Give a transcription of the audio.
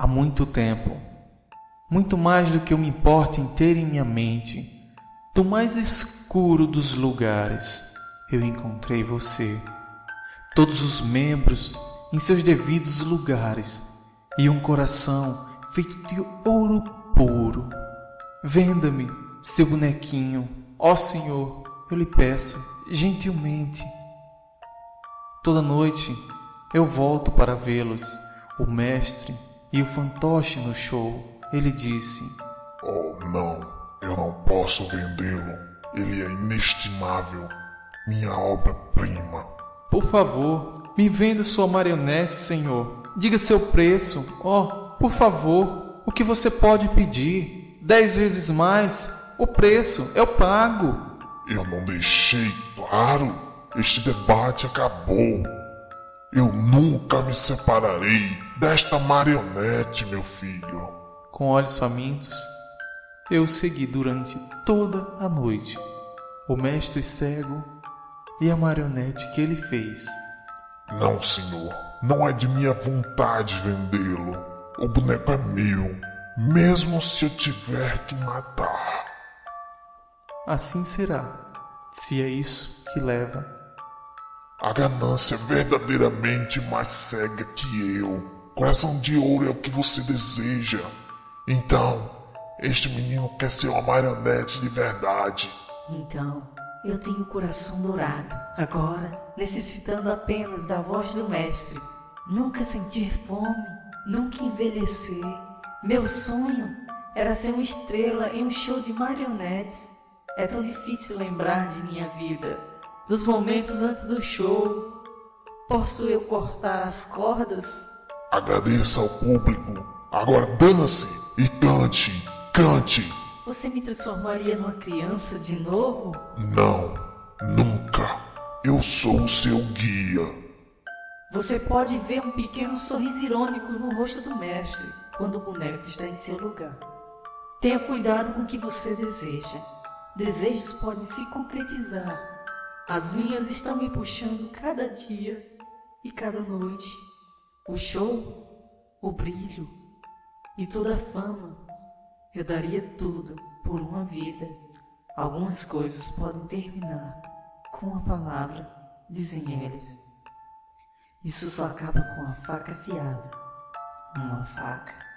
Há muito tempo, muito mais do que eu me importo em ter em minha mente, do mais escuro dos lugares, eu encontrei você. Todos os membros em seus devidos lugares e um coração feito de ouro puro. Venda-me, seu bonequinho, ó Senhor, eu lhe peço, gentilmente. Toda noite eu volto para vê-los, o mestre e o fantoche no show. Ele disse: Oh, não, eu não posso vendê-lo. Ele é inestimável, minha obra-prima. Por favor, me venda sua marionete, senhor. Diga seu preço. Oh, por favor, o que você pode pedir? 10 vezes mais. O preço, eu pago. Eu não deixei claro. Este debate acabou. Eu nunca me separarei desta marionete, meu filho. Com olhos famintos, eu o segui durante toda a noite. O mestre cego e a marionete que ele fez. Não, senhor. Não é de minha vontade vendê-lo. O boneco é meu, mesmo se eu tiver que matar. Assim será, se é isso que leva. A ganância é verdadeiramente mais cega que eu. Coração de ouro é o que você deseja. Então, este menino quer ser uma marionete de verdade. Então, eu tenho o coração dourado, agora necessitando apenas da voz do mestre. Nunca sentir fome, nunca envelhecer. Meu sonho era ser uma estrela em um show de marionetes. É tão difícil lembrar de minha vida, dos momentos antes do show. Posso eu cortar as cordas? Agradeça ao público. Agora dance e cante, cante. Você me transformaria numa criança de novo? Não, nunca. Eu sou o seu guia. Você pode ver um pequeno sorriso irônico no rosto do mestre quando o boneco está em seu lugar. Tenha cuidado com o que você deseja. Desejos podem se concretizar. As linhas estão me puxando cada dia e cada noite. O show, o brilho e toda a fama. Eu daria tudo por uma vida. Algumas coisas podem terminar com uma palavra, dizem eles. Isso só acaba com a faca afiada. Uma faca.